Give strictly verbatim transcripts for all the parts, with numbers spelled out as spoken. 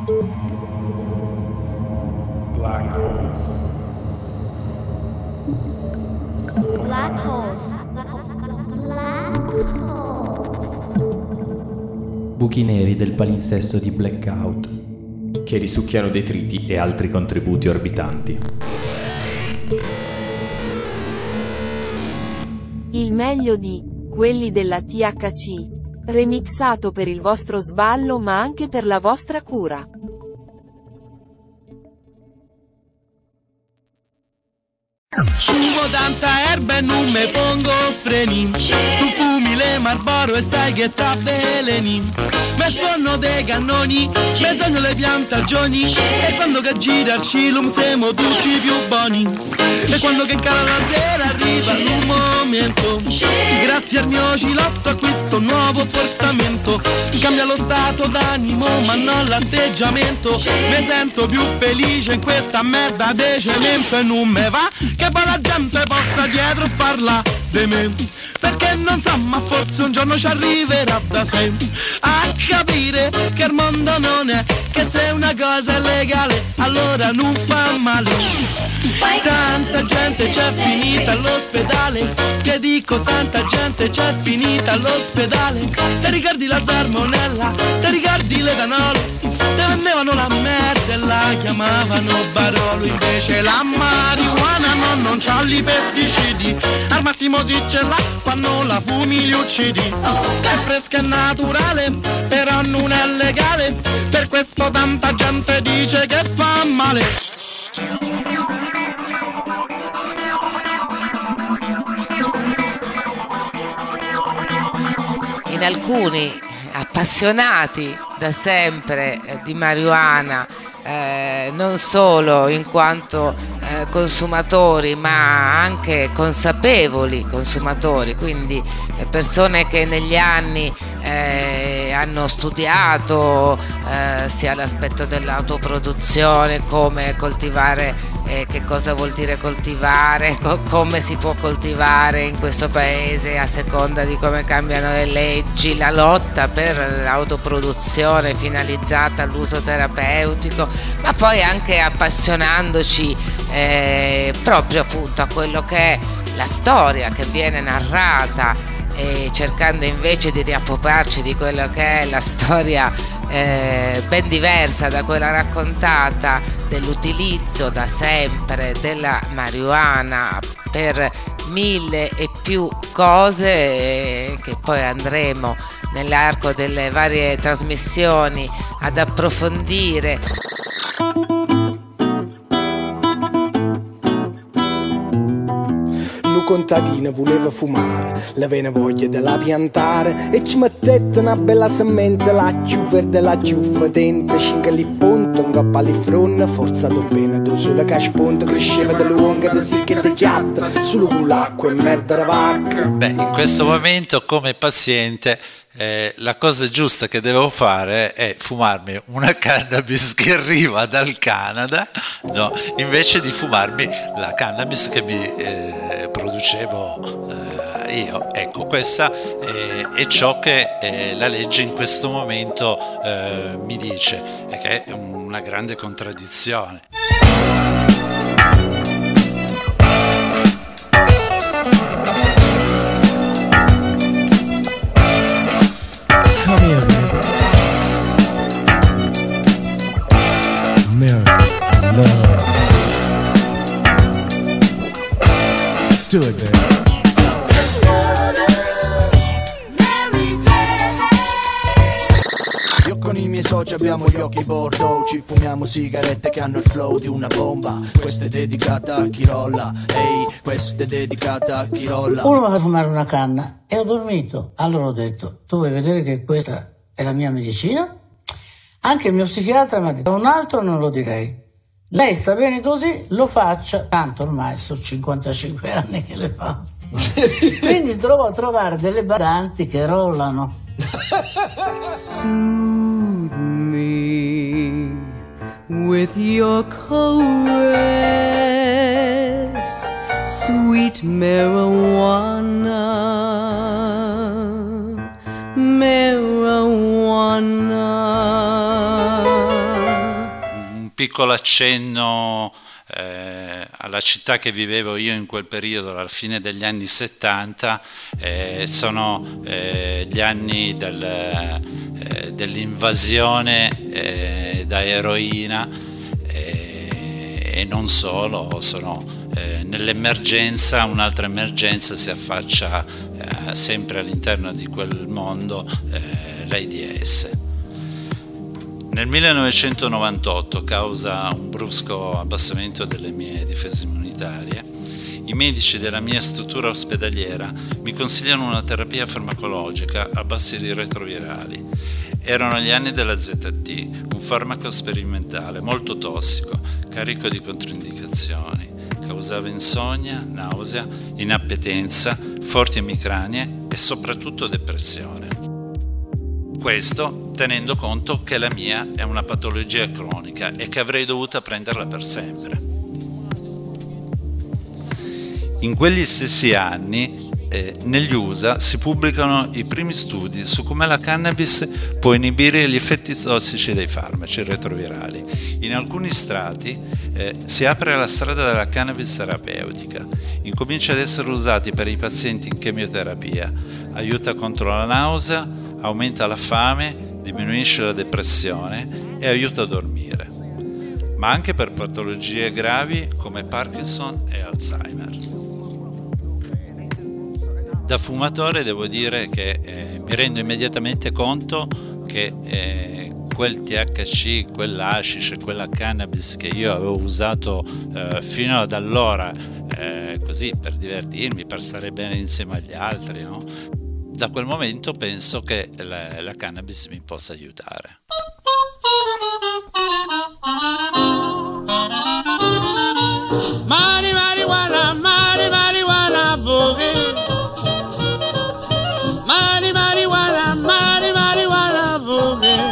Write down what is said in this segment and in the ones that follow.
Black holes. Black holes. Black holes. Buchi neri del palinsesto di Blackout, che risucchiano detriti e altri contributi orbitanti. Il meglio di quelli della T H C, remixato per il vostro sballo ma anche per la vostra cura. Fumo tanta erba e non me pongo freni. Tu fumi le Marlboro e sai che t'avveleni. Me sono dei cannoni, me sono le piantagioni. E quando che gira il cilum siamo tutti più buoni. E quando che cala la sera arriva un momento, grazie al mio cilotto acquisto un nuovo portamento. Cambia lo stato d'animo ma non l'atteggiamento. Mi sento più felice in questa merda di cemento. E non me va che poi la gente possa dietro parla di me, perché non so ma forse un giorno ci arriverà da sé a capire che il mondo non è che se una cosa è legale allora non fa male. Tanta gente c'è finita all'ospedale, che dico tanta gente c'è finita all'ospedale. Ti ricordi la salmonella, ti ricordi l'etanolo, te vendevano la merda e la chiamavano Barolo. Invece la marijuana no, non c'ha i pesticidi, al massimo si ce l'ha quando la fumi li uccidi. È fresca e naturale, però non è legale, per questo tanta gente dice che fa male. In alcuni appassionati da sempre eh, di marijuana, eh, non solo in quanto eh, consumatori ma anche consapevoli consumatori, quindi eh, persone che negli anni eh, hanno studiato eh, sia l'aspetto dell'autoproduzione, come coltivare, eh, che cosa vuol dire coltivare, co- come si può coltivare in questo paese a seconda di come cambiano le leggi, la lotta per l'autoproduzione finalizzata all'uso terapeutico, ma poi anche appassionandoci eh, proprio appunto a quello che è la storia che viene narrata, e cercando invece di riappropriarci di quello che è la storia eh, ben diversa da quella raccontata dell'utilizzo da sempre della marijuana per mille e più cose, eh, che poi andremo nell'arco delle varie trasmissioni ad approfondire. Contadina voleva fumare, l'aveva voglia della piantare e ci mettette una bella semente lacciù verde lacciù fedente, cinque lì ponto, un coppa lì fronna, forzato bene tu sulla casponte, cresceva delle uonche di sicche di chiatta, solo con l'acqua e merda da vacca. Beh, in questo momento come paziente Eh, la cosa giusta che devo fare è fumarmi una cannabis che arriva dal Canada, no, invece di fumarmi la cannabis che mi eh, producevo eh, io. Ecco, questa è, è ciò che eh, la legge in questo momento eh, mi dice, e che è una grande contraddizione. Come here, man. America, I love. Do it, man. Io con i miei soci abbiamo gli occhi bordeaux, ci fumiamo sigarette che hanno il flow di una bomba. Questa è dedicata a chi rolla, ehi, questa è dedicata a chi rolla. Uno mi ha fatto fumare una canna e ho dormito. Allora ho detto, tu vuoi vedere che questa è la mia medicina? Anche il mio psichiatra mi ha detto, un altro non lo direi. Lei sta bene così, lo faccia. Tanto ormai sono cinquantacinque anni che le fa. Quindi trovo a trovare delle badanti che rollano. Soothe me with your caress, sweet marijuana, marijuana. piccolo accenno eh, alla città che vivevo io in quel periodo, alla fine degli anni settanta, eh, sono eh, gli anni del, eh, dell'invasione eh, da eroina eh, e non solo, sono eh, nell'emergenza, un'altra emergenza si affaccia eh, sempre all'interno di quel mondo, eh, l'AIDS. Nel millenovecentonovantotto, a causa un brusco abbassamento delle mie difese immunitarie, i medici della mia struttura ospedaliera mi consigliano una terapia farmacologica a base di retrovirali. Erano gli anni della Z T, un farmaco sperimentale molto tossico, carico di controindicazioni. Causava insonnia, nausea, inappetenza, forti emicranie e soprattutto depressione. Questo tenendo conto che la mia è una patologia cronica e che avrei dovuto prenderla per sempre. In quegli stessi anni, eh, negli U S A si pubblicano i primi studi su come la cannabis può inibire gli effetti tossici dei farmaci retrovirali. In alcuni strati eh, si apre la strada della cannabis terapeutica, incomincia ad essere usati per i pazienti in chemioterapia, aiuta contro la nausea, aumenta la fame, diminuisce la depressione e aiuta a dormire, ma anche per patologie gravi come Parkinson e Alzheimer. Da fumatore devo dire che eh, mi rendo immediatamente conto che eh, quel T H C, quell'hashish, quella cannabis che io avevo usato eh, fino ad allora, eh, così per divertirmi, per stare bene insieme agli altri, no? Da quel momento penso che la, la cannabis mi possa aiutare. Mari marijuana, mari marijuana boogie. Mari marijuana, mari marijuana boogie.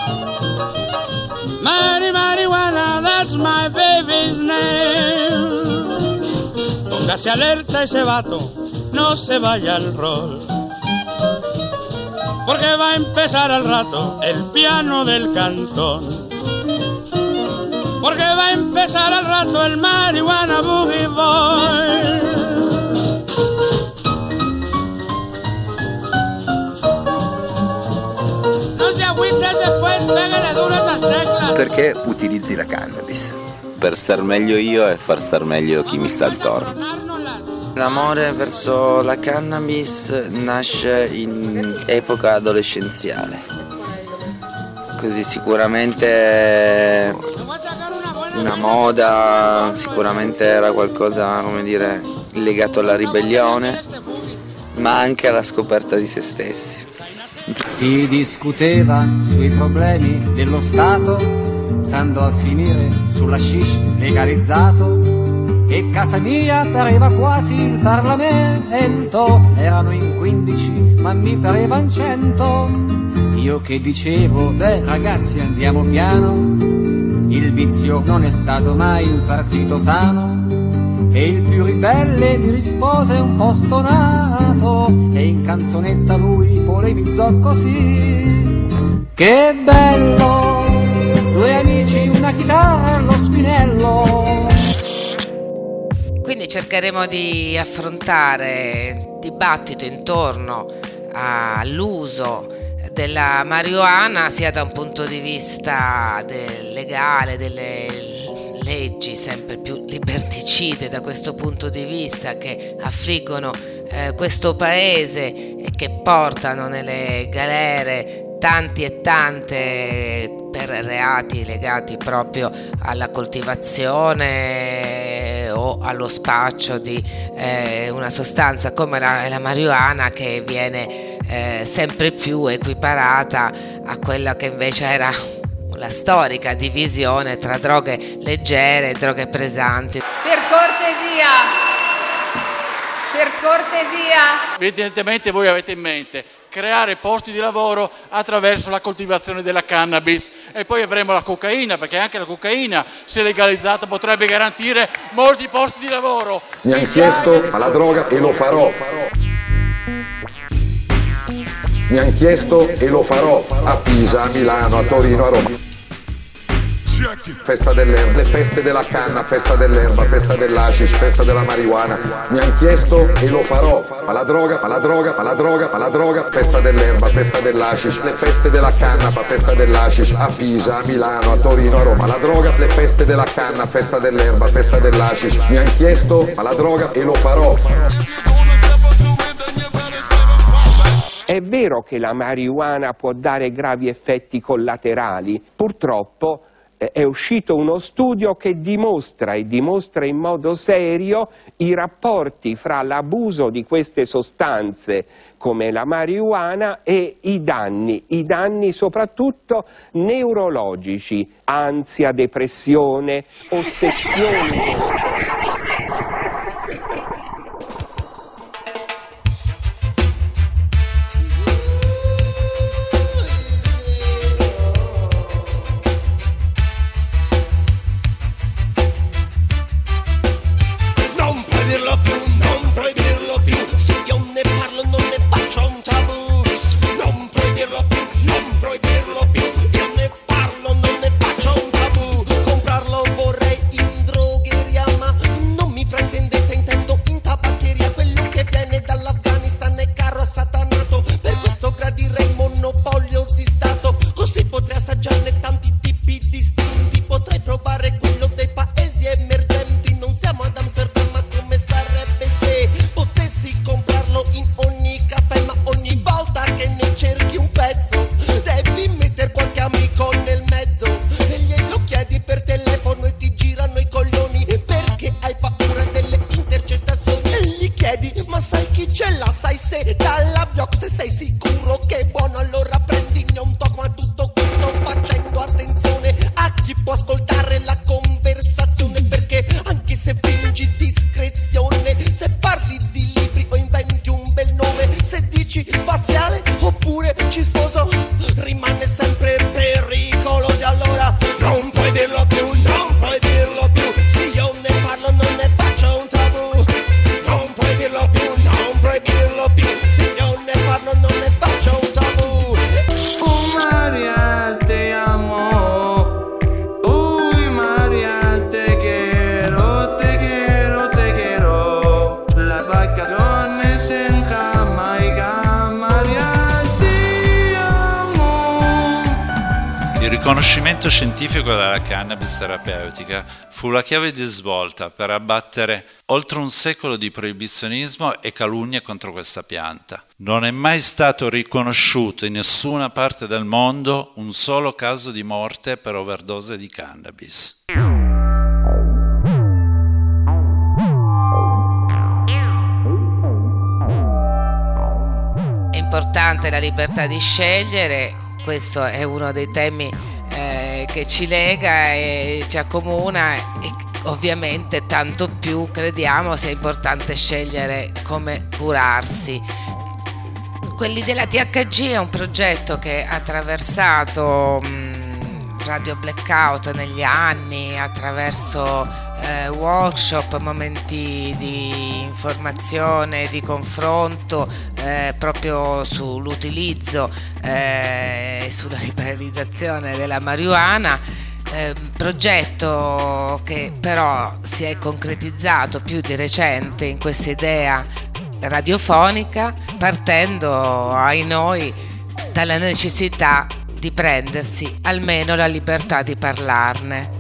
Mari marijuana, that's my baby's name. Póngase alerta ese vato, no se vaya al rol. Porque va a empezar al rato el piano del cantón. Porque va a empezar al rato el marihuana boogie boy. No se agüite después, pégale duro esas teclas. Perché utilizzi la cannabis? Per star meglio io e far star meglio chi mi sta attorno. L'amore verso la cannabis nasce in epoca adolescenziale, così sicuramente una moda, sicuramente era qualcosa, come dire, legato alla ribellione, ma anche alla scoperta di se stessi. Si discuteva sui problemi dello Stato, stando a finire sull'hashish legalizzato. E casa mia pareva quasi il Parlamento, erano in quindici ma mi parevan cento. Io che dicevo, beh ragazzi andiamo piano, il vizio non è stato mai un partito sano. E il più ribelle mi rispose un po' stonato, e in canzonetta lui polemizzò così: che bello, due amici, una chitarra, lo spinello. Quindi cercheremo di affrontare dibattito intorno all'uso della marijuana sia da un punto di vista del legale, delle leggi sempre più liberticide da questo punto di vista che affliggono eh, questo paese e che portano nelle galere tanti e tante per reati legati proprio alla coltivazione o allo spaccio di eh, una sostanza come la, la marijuana, che viene eh, sempre più equiparata a quella che invece era la storica divisione tra droghe leggere e droghe pesanti. Per cortesia, per cortesia. Evidentemente voi avete in mente creare posti di lavoro attraverso la coltivazione della cannabis, e poi avremo la cocaina, perché anche la cocaina, se legalizzata, potrebbe garantire molti posti di lavoro. Mi hanno chiesto alla droga e lo farò. Mi hanno chiesto e lo farò a Pisa, a Milano, a Torino, a Roma. Festa dell'erba, le feste della canna, festa dell'erba, festa dell'hashish, festa della marijuana. Mi han chiesto e lo farò. Fa la droga, fa la droga, fa la droga, fa la droga. Festa dell'erba, festa dell'hashish, le feste della canna, fa festa dell'hashish. A Pisa, a Milano, a Torino, a Roma. La droga, le feste della canna, festa dell'erba, festa dell'hashish. Mi han chiesto, fa la droga e lo farò. È vero che la marijuana può dare gravi effetti collaterali? Purtroppo eh, è uscito uno studio che dimostra e dimostra in modo serio i rapporti fra l'abuso di queste sostanze come la marijuana e i danni, i danni soprattutto neurologici, ansia, depressione, ossessioni. Il riconoscimento scientifico della cannabis terapeutica fu la chiave di svolta per abbattere oltre un secolo di proibizionismo e calunnie contro questa pianta. Non è mai stato riconosciuto in nessuna parte del mondo un solo caso di morte per overdose di cannabis. È importante la libertà di scegliere, questo è uno dei temi eh, che ci lega e ci accomuna, e ovviamente tanto più crediamo sia importante scegliere come curarsi. Quelli della T H G è un progetto che ha attraversato mh, Radio Blackout negli anni, attraverso eh, workshop, momenti di informazione, di confronto eh, proprio sull'utilizzo e eh, sulla liberalizzazione della marijuana. Eh, progetto che però si è concretizzato più di recente in questa idea radiofonica, partendo ai noi dalla necessità di prendersi almeno la libertà di parlarne.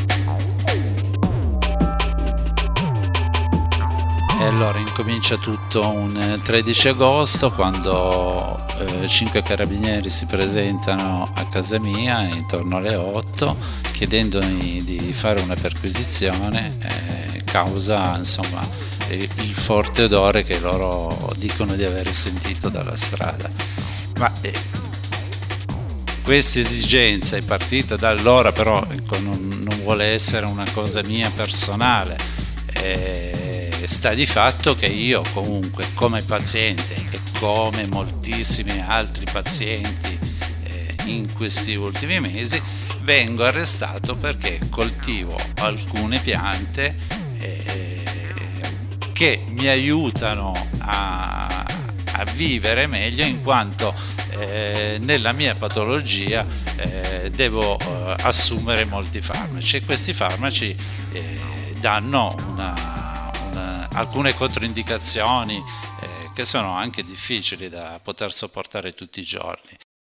E allora incomincia tutto un tredici agosto, quando eh, cinque carabinieri si presentano a casa mia intorno alle otto chiedendomi di fare una perquisizione eh, causa insomma il forte odore che loro dicono di aver sentito dalla strada. Ma eh, questa esigenza è partita da allora, però ecco, non, non vuole essere una cosa mia personale. Eh, sta di fatto che io comunque come paziente e come moltissimi altri pazienti eh, in questi ultimi mesi vengo arrestato perché coltivo alcune piante eh, che mi aiutano a, a vivere meglio, in quanto eh, nella mia patologia eh, devo eh, assumere molti farmaci, e questi farmaci eh, danno una, una, alcune controindicazioni eh, che sono anche difficili da poter sopportare tutti i giorni.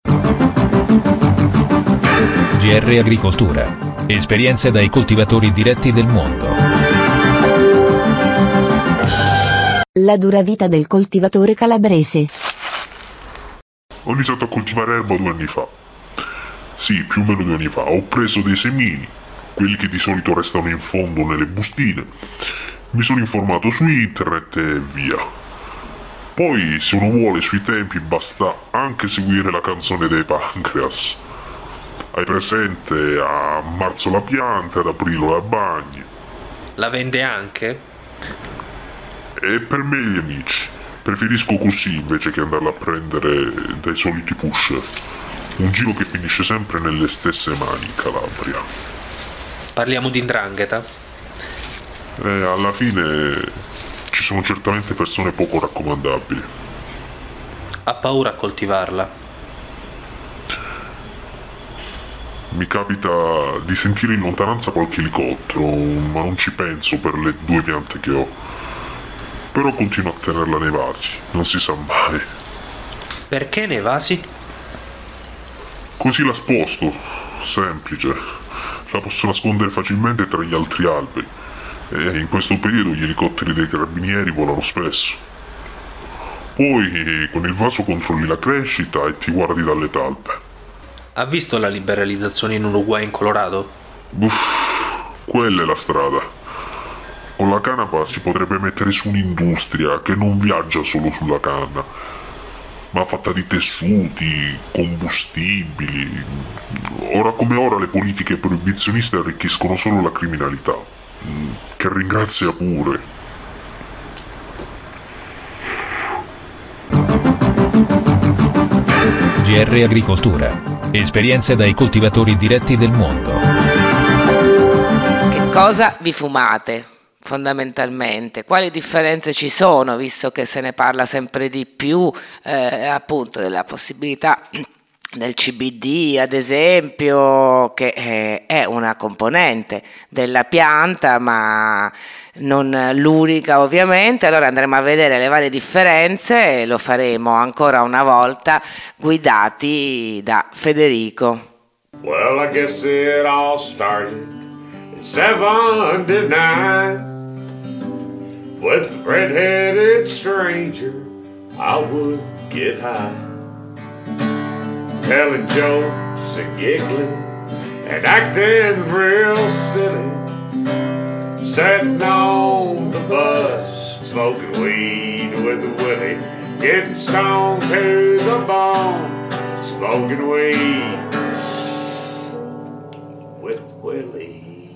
G R Agricoltura. Esperienze dai coltivatori diretti del mondo. La dura vita del coltivatore calabrese. Ho iniziato a coltivare erba due anni fa. Sì, più o meno due anni fa. Ho preso dei semini, quelli che di solito restano in fondo nelle bustine. Mi sono informato su internet e via. Poi, se uno vuole, sui tempi basta anche seguire la canzone dei Pancreas. Hai presente? A marzo la pianta, ad aprile la bagni. La vende anche? E per me e gli amici. Preferisco così invece che andarla a prendere dai soliti pusher. Un giro che finisce sempre nelle stesse mani in Calabria. Parliamo di 'ndrangheta? E alla fine ci sono certamente persone poco raccomandabili. Ha paura a coltivarla? Mi capita di sentire in lontananza qualche elicottero, ma non ci penso per le due piante che ho. Però continuo a tenerla nei vasi, non si sa mai. Perché nei vasi? Così la sposto, semplice. La posso nascondere facilmente tra gli altri alberi. E in questo periodo gli elicotteri dei carabinieri volano spesso. Poi con il vaso controlli la crescita e ti guardi dalle talpe. Ha visto la liberalizzazione in Uruguay e in Colorado? Uff, quella è la strada. Con la canapa si potrebbe mettere su un'industria che non viaggia solo sulla canna, ma fatta di tessuti, combustibili. Ora come ora le politiche proibizioniste arricchiscono solo la criminalità, che ringrazia pure. G R Agricoltura. Esperienze dai coltivatori diretti del mondo. Che cosa vi fumate? Fondamentalmente, quali differenze ci sono, visto che se ne parla sempre di più eh, appunto della possibilità del C B D, ad esempio, che eh, è una componente della pianta, ma non l'unica ovviamente. Allora andremo a vedere le varie differenze e lo faremo ancora una volta guidati da Federico. Well, I guess it all started in seventy-nine with the red-headed stranger. I would get high, telling jokes and giggling and acting real silly, sitting on the bus, smoking weed with Willie, getting stoned to the bone, smoking weed with Willie.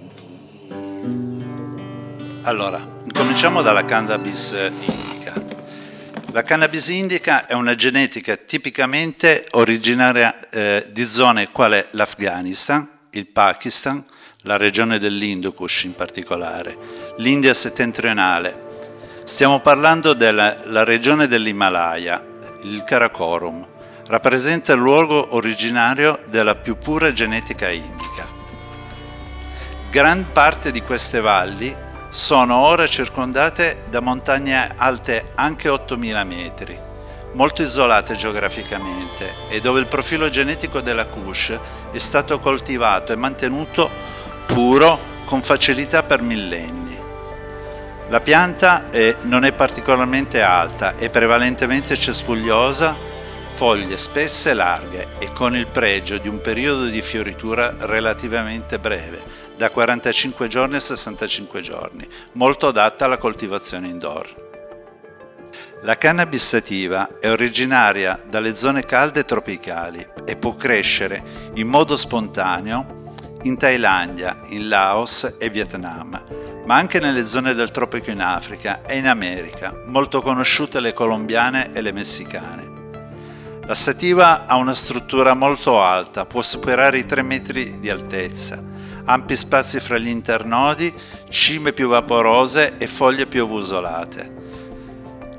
Allora, cominciamo dalla cannabis indica. La cannabis indica è una genetica tipicamente originaria eh, di zone quale l'Afghanistan, il Pakistan, la regione dell'Hindu Kush in particolare, l'India settentrionale. Stiamo parlando della la regione dell'Himalaya, il Karakorum. Rappresenta il luogo originario della più pura genetica indica. Gran parte di queste valli sono ora circondate da montagne alte anche ottomila metri, molto isolate geograficamente e dove il profilo genetico della Kush è stato coltivato e mantenuto puro con facilità per millenni. La pianta è, non è particolarmente alta, è prevalentemente cespugliosa, foglie spesse e larghe e con il pregio di un periodo di fioritura relativamente breve, da quarantacinque giorni a sessantacinque giorni, molto adatta alla coltivazione indoor. La cannabis sativa è originaria dalle zone calde tropicali e può crescere in modo spontaneo in Thailandia, in Laos e Vietnam, ma anche nelle zone del tropico in Africa e in America, molto conosciute le colombiane e le messicane. La sativa ha una struttura molto alta, può superare i tre metri di altezza, ampi spazi fra gli internodi, cime più vaporose e foglie più avvusolate.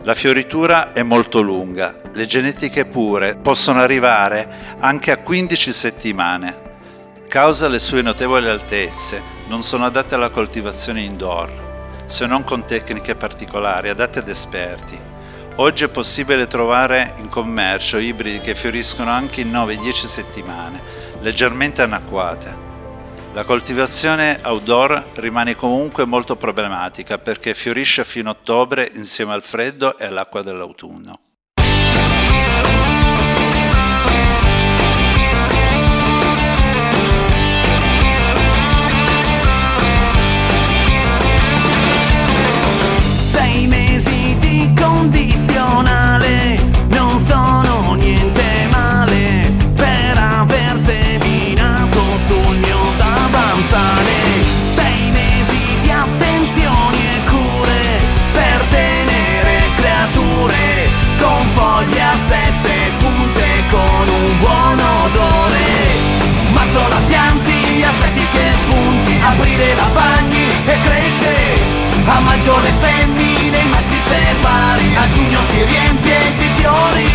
La fioritura è molto lunga, le genetiche pure possono arrivare anche a quindici settimane. Causa le sue notevoli altezze, non sono adatte alla coltivazione indoor, se non con tecniche particolari adatte ad esperti. Oggi è possibile trovare in commercio ibridi che fioriscono anche in nove dieci settimane, leggermente annacquate. La coltivazione outdoor rimane comunque molto problematica perché fiorisce fino a ottobre insieme al freddo e all'acqua dell'autunno. Sei mesi di condizionale non sono niente male per aver seminato sul mio davanzale. Sei mesi di attenzioni e cure per tenere creature con foglie a sette punte con un buon odore. Mazzo la pianti, aspetti che spunti, aprire la bagni e cresce. A maggio le femmine, i maschi separi, a giugno si riempie di fiori.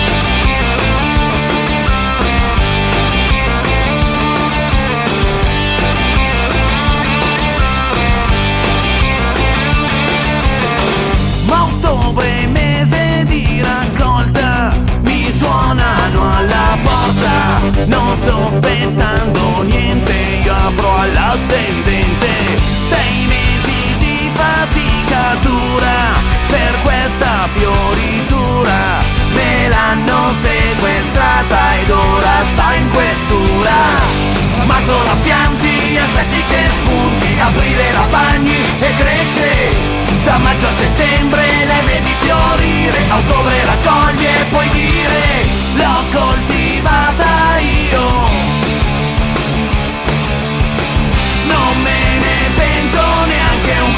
Ma ottobre, mese di raccolta, mi suonano alla porta. Non sospettando niente, io apro all'attendente. Sei mesi di fatica dura per questa fioritura. Me l'hanno sequestrata ed ora sta in questura. Mazzo la pianti, aspetti che spunti, aprire la bagni e cresce. Da maggio a settembre le vedi fiorire, a ottobre raccogli e puoi dire l'ho coltivata io. Non me ne pento neanche un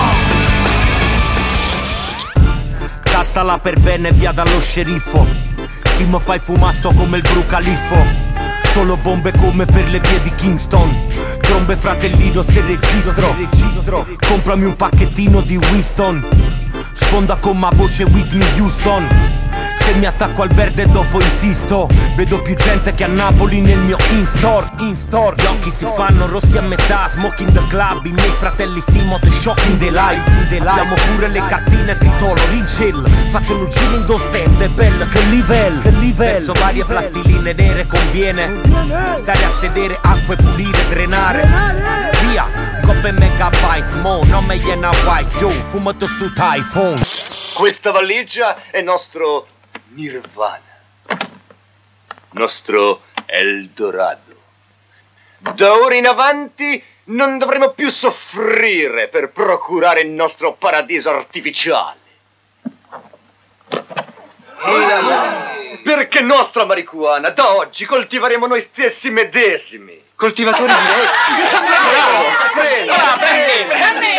po'. Castala per bene via dallo sceriffo. Si mi fai fumasto come il Bru Califfo. Solo bombe come per le vie di Kingston. Trombe fratellino se registro, se registro. Comprami un pacchettino di Winston. Sfonda con ma voce Whitney Houston. Se mi attacco al verde dopo insisto. Vedo più gente che a Napoli nel mio in-store, in-store. Gli occhi si fanno rossi a metà, smoking the club. I miei fratelli Simot, shocking the life. Abbiamo pure le cartine tritolo, rincel. Fate un giro in do stand, è bello, che livello, che livello. Verso varie plastiline nere conviene. Stare a sedere, acque pulire, drenare. Via, coppe megabyte, mo, non me gliena white. Yo, fumato stu iPhone. Questa valigia è nostro Nirvana, nostro Eldorado. Da ora in avanti non dovremo più soffrire per procurare il nostro paradiso artificiale. Perché nostra marijuana da oggi coltiveremo noi stessi medesimi. Coltivatori diretti. Prego, prego,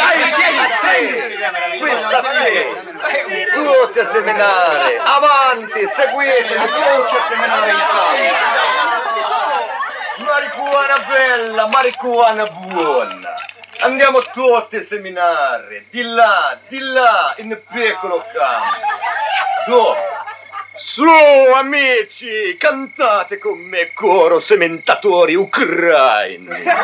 prego. Questa qui. Tutti a seminare. Avanti, seguitemi, tutti a seminare in campo. Marijuana bella, marijuana buona. Andiamo tutti a seminare. Di là, di là, in piccolo campo. Dove? Su, amici, cantate con me coro sementatori ucraini.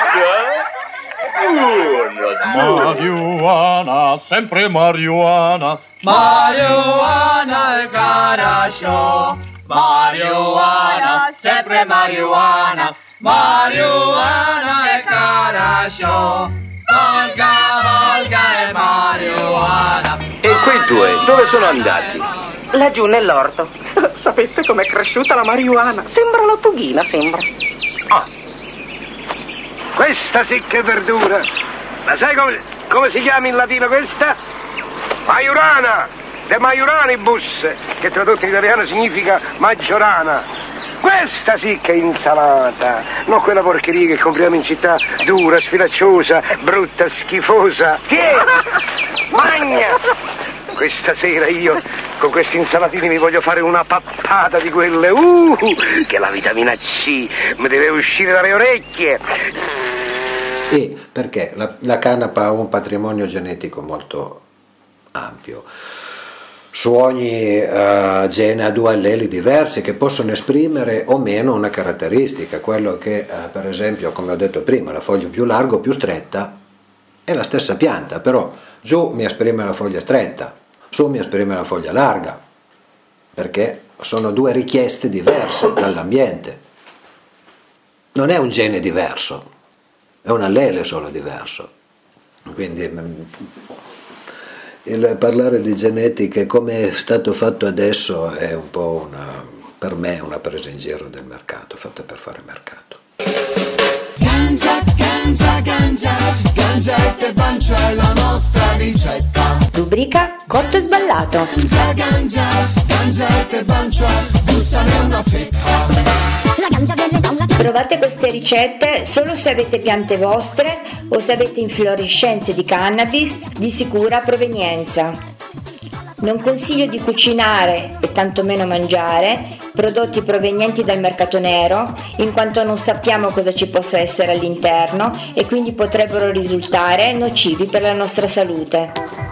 Uno, due. Marijuana, sempre marijuana. Marijuana è хорошо. Marijuana, sempre marijuana. Marijuana è хорошо. Volga, volga è marijuana. E quei due, dove sono andati? Laggiù nell'orto. Sapesse com'è cresciuta la marijuana. Sembra l'ottughina, sembra. Ah. Questa sì che è verdura. Ma sai come, come si chiama in latino questa? Maiorana, de Maioranibus, che tradotto in italiano significa maggiorana. Questa sì che è insalata, non quella porcheria che compriamo in città, dura, sfilacciosa, brutta, schifosa. Tieni, magna! Questa sera io con questi insalatini mi voglio fare una pappata di quelle, uh, che la vitamina C mi deve uscire dalle orecchie. E perché la, la canapa ha un patrimonio genetico molto ampio. su ogni uh, gene ha due alleli diversi che possono esprimere o meno una caratteristica. Quello che uh, per esempio, come ho detto prima, la foglia più larga o più stretta è la stessa pianta, però giù mi esprime la foglia stretta, su mi esprime la foglia larga, perché sono due richieste diverse dall'ambiente. Non è un gene diverso, è un allele solo diverso. Quindi il parlare di genetica come è stato fatto adesso è un po' una, per me una presa in giro del mercato, fatta per fare mercato. Ganja, ganja, ganja, ganja e che bancia è la nostra ricetta. Rubrica Cotto e Sballato. Ganja, ganja, ganja e che bancia, gustane una fetta. La ganja viene da una... Provate queste ricette solo se avete piante vostre o se avete inflorescenze di cannabis di sicura provenienza. Non consiglio di cucinare e tantomeno mangiare prodotti provenienti dal mercato nero, in quanto non sappiamo cosa ci possa essere all'interno e quindi potrebbero risultare nocivi per la nostra salute.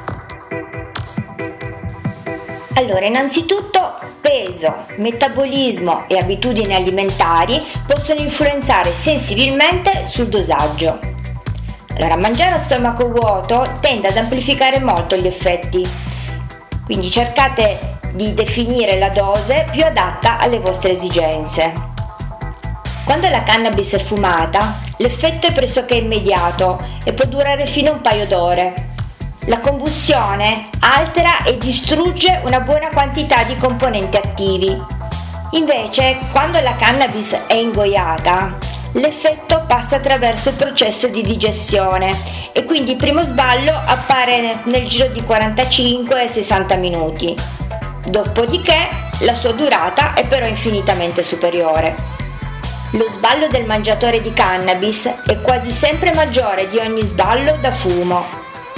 Allora, innanzitutto peso, metabolismo e abitudini alimentari possono influenzare sensibilmente sul dosaggio. Allora, mangiare a stomaco vuoto tende ad amplificare molto gli effetti, quindi cercate di definire la dose più adatta alle vostre esigenze. Quando la cannabis è fumata, l'effetto è pressoché immediato e può durare fino a un paio d'ore. La combustione altera e distrugge una buona quantità di componenti attivi. Invece, quando la cannabis è ingoiata, l'effetto passa attraverso il processo di digestione e quindi il primo sballo appare nel giro di quarantacinque sessanta minuti. Dopodiché la sua durata è però infinitamente superiore. Lo sballo del mangiatore di cannabis è quasi sempre maggiore di ogni sballo da fumo.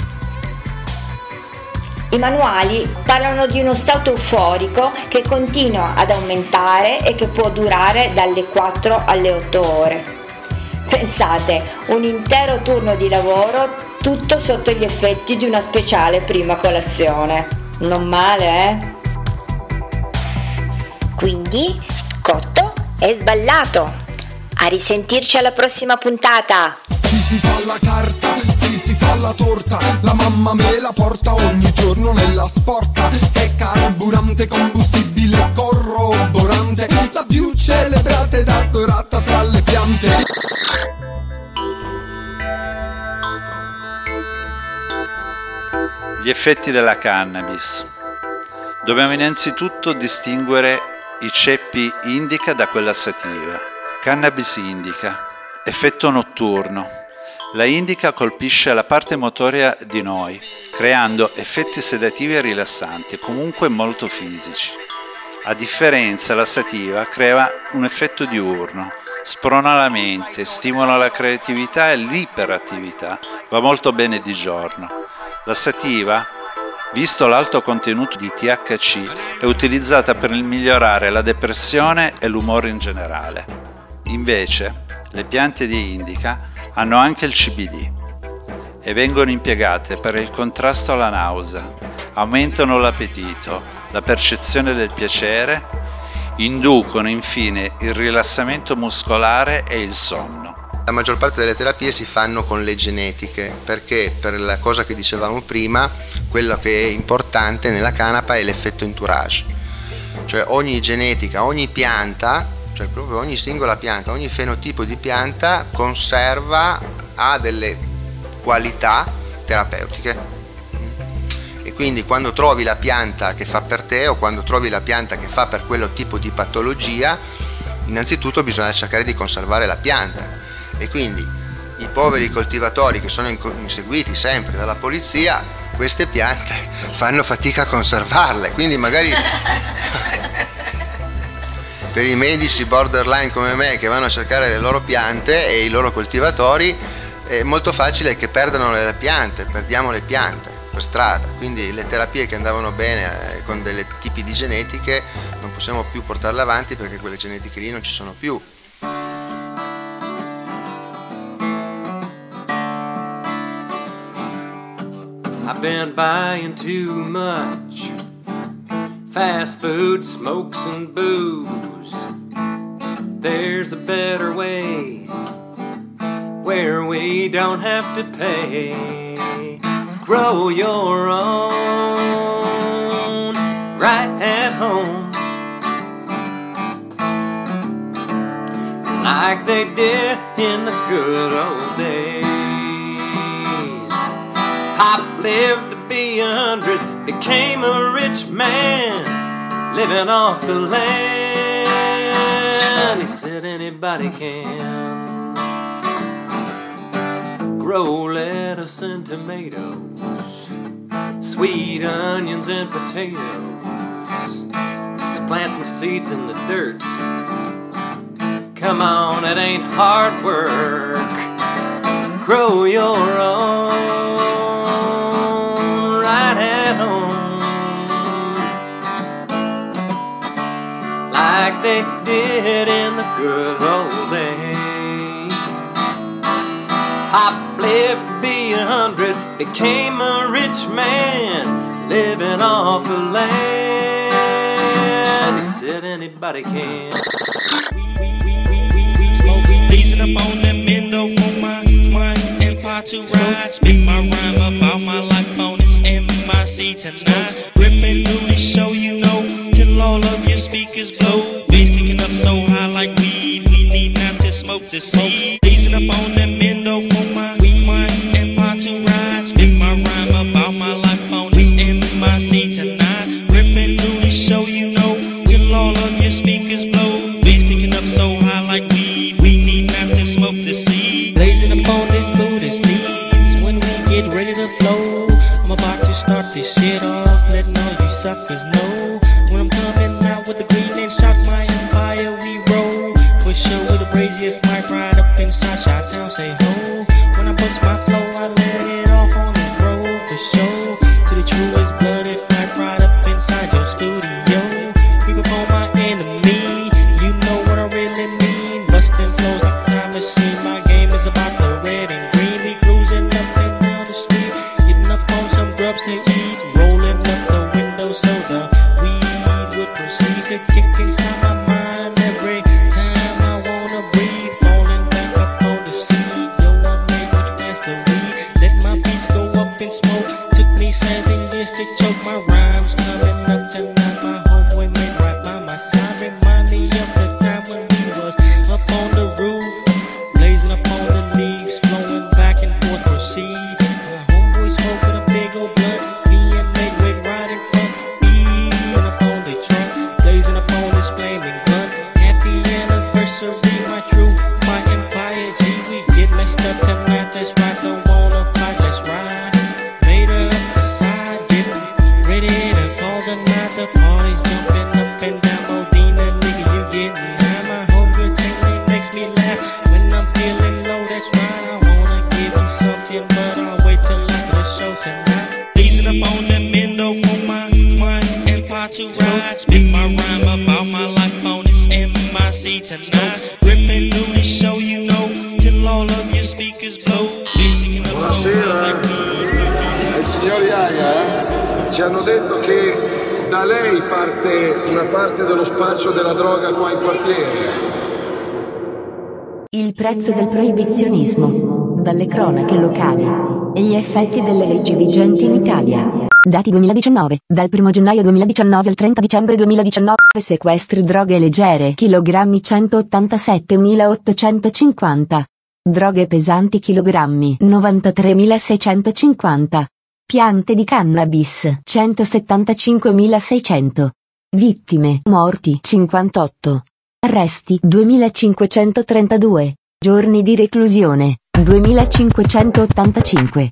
I manuali parlano di uno stato euforico che continua ad aumentare e che può durare dalle quattro alle otto ore. Pensate, un intero turno di lavoro, tutto sotto gli effetti di una speciale prima colazione. Non male, eh? Quindi, cotto e sballato. A risentirci alla prossima puntata. Ci si fa la carta, ci si fa la torta, la mamma me la porta ogni giorno nella sporta. È carburante, combustibile, corroborante, la più celebrata ed adorata tra le piante. Gli effetti della cannabis. Dobbiamo innanzitutto distinguere i ceppi indica da quella sativa. Cannabis indica, effetto notturno. La indica colpisce la parte motoria di noi, creando effetti sedativi e rilassanti, comunque molto fisici. A differenza, la sativa crea un effetto diurno, sprona la mente, stimola la creatività e l'iperattività, va molto bene di giorno. La sativa, visto l'alto contenuto di T H C, è utilizzata per migliorare la depressione e l'umore in generale. Invece, le piante di indica hanno anche il C B D e vengono impiegate per il contrasto alla nausea, aumentano l'appetito, la percezione del piacere, inducono infine il rilassamento muscolare e il sonno. La maggior parte delle terapie si fanno con le genetiche, perché per la cosa che dicevamo prima, quello che è importante nella canapa è l'effetto entourage, cioè ogni genetica, ogni pianta, cioè proprio ogni singola pianta, ogni fenotipo di pianta conserva, ha delle qualità terapeutiche. E quindi quando trovi la pianta che fa per te o quando trovi la pianta che fa per quello tipo di patologia, innanzitutto bisogna cercare di conservare la pianta. E quindi i poveri coltivatori che sono inseguiti sempre dalla polizia, queste piante fanno fatica a conservarle, quindi magari per i medici borderline come me che vanno a cercare le loro piante e i loro coltivatori è molto facile che perdano le piante, perdiamo le piante per strada, quindi le terapie che andavano bene con dei tipi di genetiche non possiamo più portarle avanti perché quelle genetiche lì non ci sono più. I've been buying too much fast food, smokes and booze. There's a better way, where we don't have to pay. Grow your own right at home, like they did in the good old days. Pop lived to be a hundred, became a rich man, living off the land. He said anybody can grow lettuce and tomatoes, sweet onions and potatoes. Just plant some seeds in the dirt. Come on, it ain't hard work. Grow your own right at home, like they did in the good old days. Pop lived to be a hundred, became a rich man, living off the land. He said anybody can. Blazing up on that window for my wine and pot to ride. Spit my rhyme about my life on this M I C tonight. Ripping through the show, you know, till all of your speakers blow. Bass kicking up so high like weed, we need not to smoke the seed. Blazing up on that window for my wine and pot to ride. Spit my rhyme about my life on this M I C tonight. Ripping through the show, you know, till all of your speakers blow. Bass kicking up so high like weed, we need not to smoke the seed. Blazing up on this Buddhist leaves, when we get ready to flow, I'm about to start this shit off, letting all you suckers know. When I'm coming out with the green and shock my empire, we roll. For sure with the braziest mic right up inside Chi-Town, say ho. When I bust my flow, I let it off on the road, for sure. To the truest blooded mic right up inside your studio. Keep up on my enemy, you know what I really mean. Busting flows like a time machine, my game is about the red and green. We cruising up and down the street, getting up on some grubs to eat, rolling up the window so the weed would proceed to kick inside my mind every time I wanna breathe. Falling back up on the seat, yo, I make much faster weed. Let my beats go up in smoke, took me seven years to choke. My rhymes coming up tonight, my homeboy right by my side. Remind me of the time when we was up on the roof, blazing up on the leaves, flowing back and forth, proceed. My homeboy smoking a big old blunt, me and Nate wait right in front, being up on the trunk, blazing up on this flaming gun. Happy anniversary, my true, my empire, G. We get messed up tonight, that's right, don't wanna fight, let's ride. Later up the side, getting ready to call the night. The party's jumping up and down, Modena, nigga, you getting high. My homegirl Cheney makes me laugh when I'm feeling low, that's right. I wanna give you something, but I'll wait till after the show tonight. Blazing up on that window for my wine and pot to ride. Spit my rhyme about my life on this M I C tonight. Ripping through the show, you know, till all of your speakers blow. Buonasera, è il signor Iaia. Ci hanno detto che da lei parte una parte dello spaccio della droga qua in quartiere. Il prezzo del proibizionismo, dalle cronache locali e gli effetti delle leggi vigenti in Italia. Dati duemiladiciannove, dal primo gennaio duemiladiciannove al trenta dicembre duemiladiciannove, sequestri droghe leggere chilogrammi centottantasettemilaottocentocinquanta, droghe pesanti chilogrammi novantatremilaseicentocinquanta, piante di cannabis centosettantacinquemilaseicento, vittime morti cinquantotto, arresti duemilacinquecentotrentadue, giorni di reclusione duemilacinquecentottantacinque.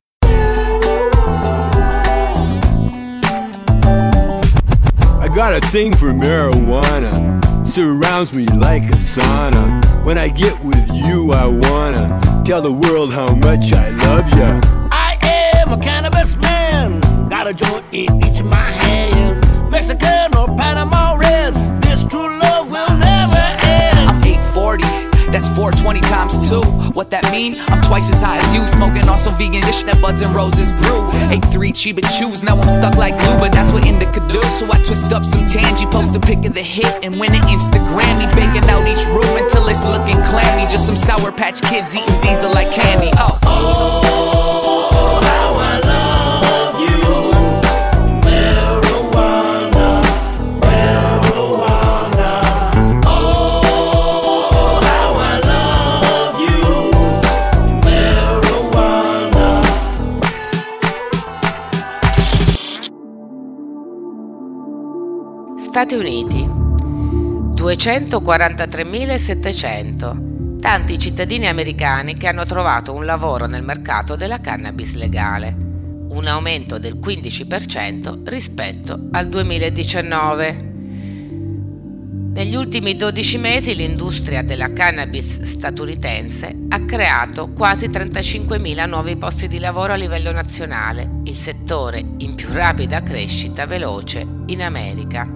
I got a thing for marijuana, surrounds me like a sauna. When I get with you I wanna tell the world how much I love ya. I am a cannabis man, got a joint in each of my hands. Mexican or Panama red, this true love will never end. I'm eight forty, that's four four twenty times two. What that mean? I'm twice as high as you, smoking on some vegan dish that buds and roses grew. Ate three Chiba Chews, now I'm stuck like glue, but that's what indica do. So I twist up some tangy, post a pic of the hit, and win an Instagrammy, baking out each room until it's looking clammy. Just some Sour Patch Kids eating diesel like candy. Oh. Oh, how I love you. Marijuana, marijuana. Oh, how I love you. Marijuana. Stati Uniti, duecentoquarantatremilasettecento. Tanti cittadini americani che hanno trovato un lavoro nel mercato della cannabis legale, un aumento del quindici per cento rispetto al duemiladiciannove. Negli ultimi dodici mesi l'industria della cannabis statunitense ha creato quasi trentacinquemila nuovi posti di lavoro a livello nazionale, il settore in più rapida crescita veloce in America.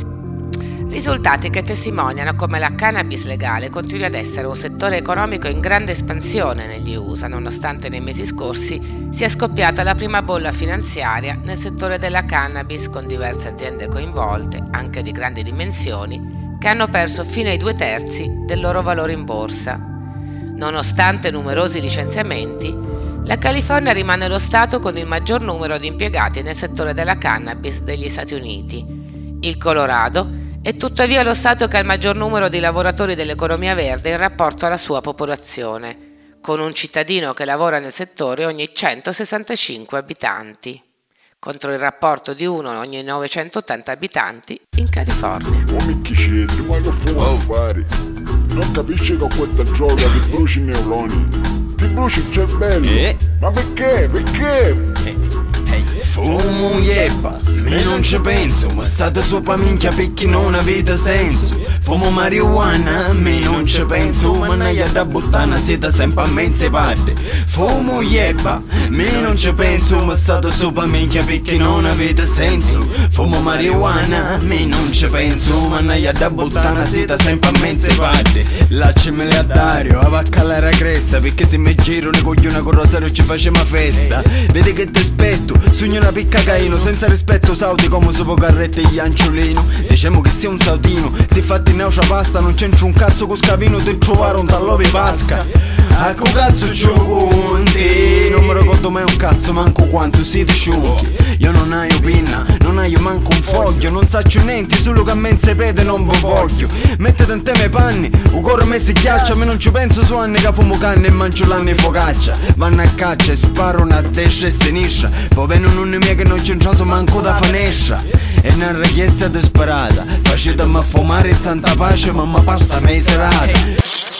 Risultati che testimoniano come la cannabis legale continui ad essere un settore economico in grande espansione negli U S A, nonostante nei mesi scorsi sia scoppiata la prima bolla finanziaria nel settore della cannabis, con diverse aziende coinvolte, anche di grandi dimensioni, che hanno perso fino ai due terzi del loro valore in borsa. Nonostante numerosi licenziamenti, la California rimane lo stato con il maggior numero di impiegati nel settore della cannabis degli Stati Uniti. Il Colorado è tuttavia lo stato che ha il maggior numero di lavoratori dell'economia verde in rapporto alla sua popolazione, con un cittadino che lavora nel settore ogni centosessantacinque abitanti, contro il rapporto di uno ogni novecentottanta abitanti in California. Oh Micchicelli, ma che fuma a fare? Non capisci che con questa droga ti bruci i neuroni? Ti bruci il cervello? Eh? Ma perché? Perché? Eh. Fumo yerba, me non ci penso, ma state sopra minchia perché non avete senso. Fumo marijuana, me non ci penso, ma naia da buttana siete sempre a mezze parte. Fumo yerba, me non ci penso, ma state sopra minchia perché non avete senso. Fumo marijuana, me non ci penso, ma naia da buttana siete sempre a mezze parte. Lasciamele a Dario, a vaccare la cresta, perché se mi giro ne coglio una con Rosario ci facciamo festa. Vedi che ti aspetto, sogno una picca caino, senza rispetto sauti come se può carrette gli anciolino. Diciamo che sia un sautino, se fatti naucia pasta non c'entra un cazzo con scavino di trovare un tallove pasca. A co cazzo c'ho conti, non mi ricordo mai un cazzo manco quanto siete sciocchi. Io non hai pinna, non hai manco un foglio, non saccio niente, solo che a me in sepete non vi voglio. Mettete in te i panni, un cuore me si ghiaccia, a me non ci penso su anni che fumo canne e mangio l'anno e focaccia. Vanno a caccia e sparano a destra e sinistra, poi vengono un mia che non c'entrato manco da finestra. E una richiesta disperata, facetemi fumare in santa pace ma mi passa me serata.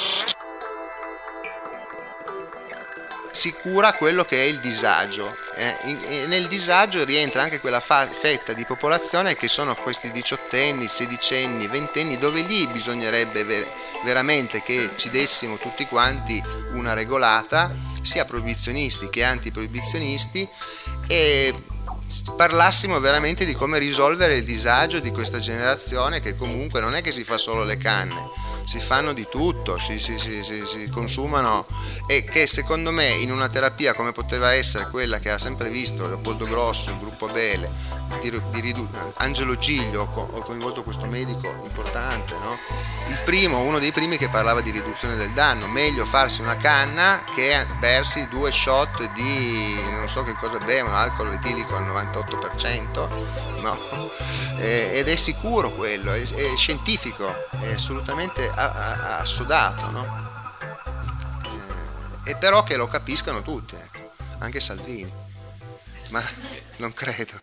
Si cura quello che è il disagio. Eh, in, in, nel disagio rientra anche quella fa- fetta di popolazione che sono questi diciottenni, sedicenni, ventenni, dove lì bisognerebbe ver- veramente che ci dessimo tutti quanti una regolata, sia proibizionisti che antiproibizionisti, e parlassimo veramente di come risolvere il disagio di questa generazione, che comunque non è che si fa solo le canne, si fanno di tutto, si, si, si, si, si consumano, e che secondo me in una terapia come poteva essere quella che ha sempre visto Leopoldo Grosso, il gruppo Abele, di, di ridu- Angelo Giglio, ho coinvolto questo medico importante, no? Il primo, uno dei primi che parlava di riduzione del danno, meglio farsi una canna che bersi due shot di non so che cosa bevono, alcol etilico al novantotto per cento, no? Eh, ed è sicuro quello, è, è scientifico, è assolutamente assodato, no? Eh, e però che lo capiscano tutti, ecco, anche Salvini, ma non credo.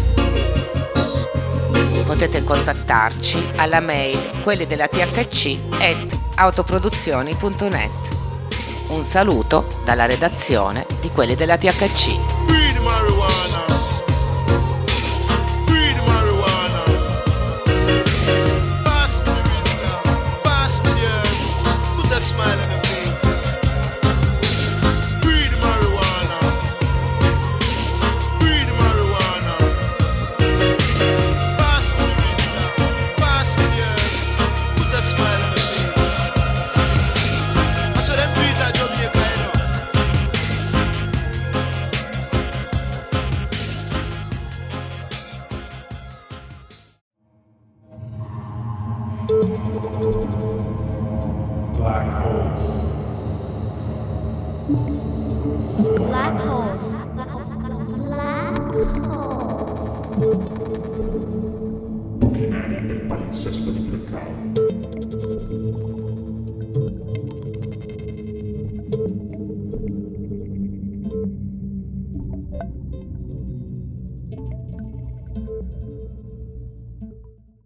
Potete contattarci alla mail quelli della T H C at autoproduzioni punto net. Un saluto dalla redazione di Quelli della T H C. Weed marijuana. Weed marijuana. Pass me the wisdom. Pass me the earth. Put a smile on your face. Weed marijuana. Weed marijuana. Pass me the wisdom. Pass me the earth. Put a smile on your face. Black holes. Black holes.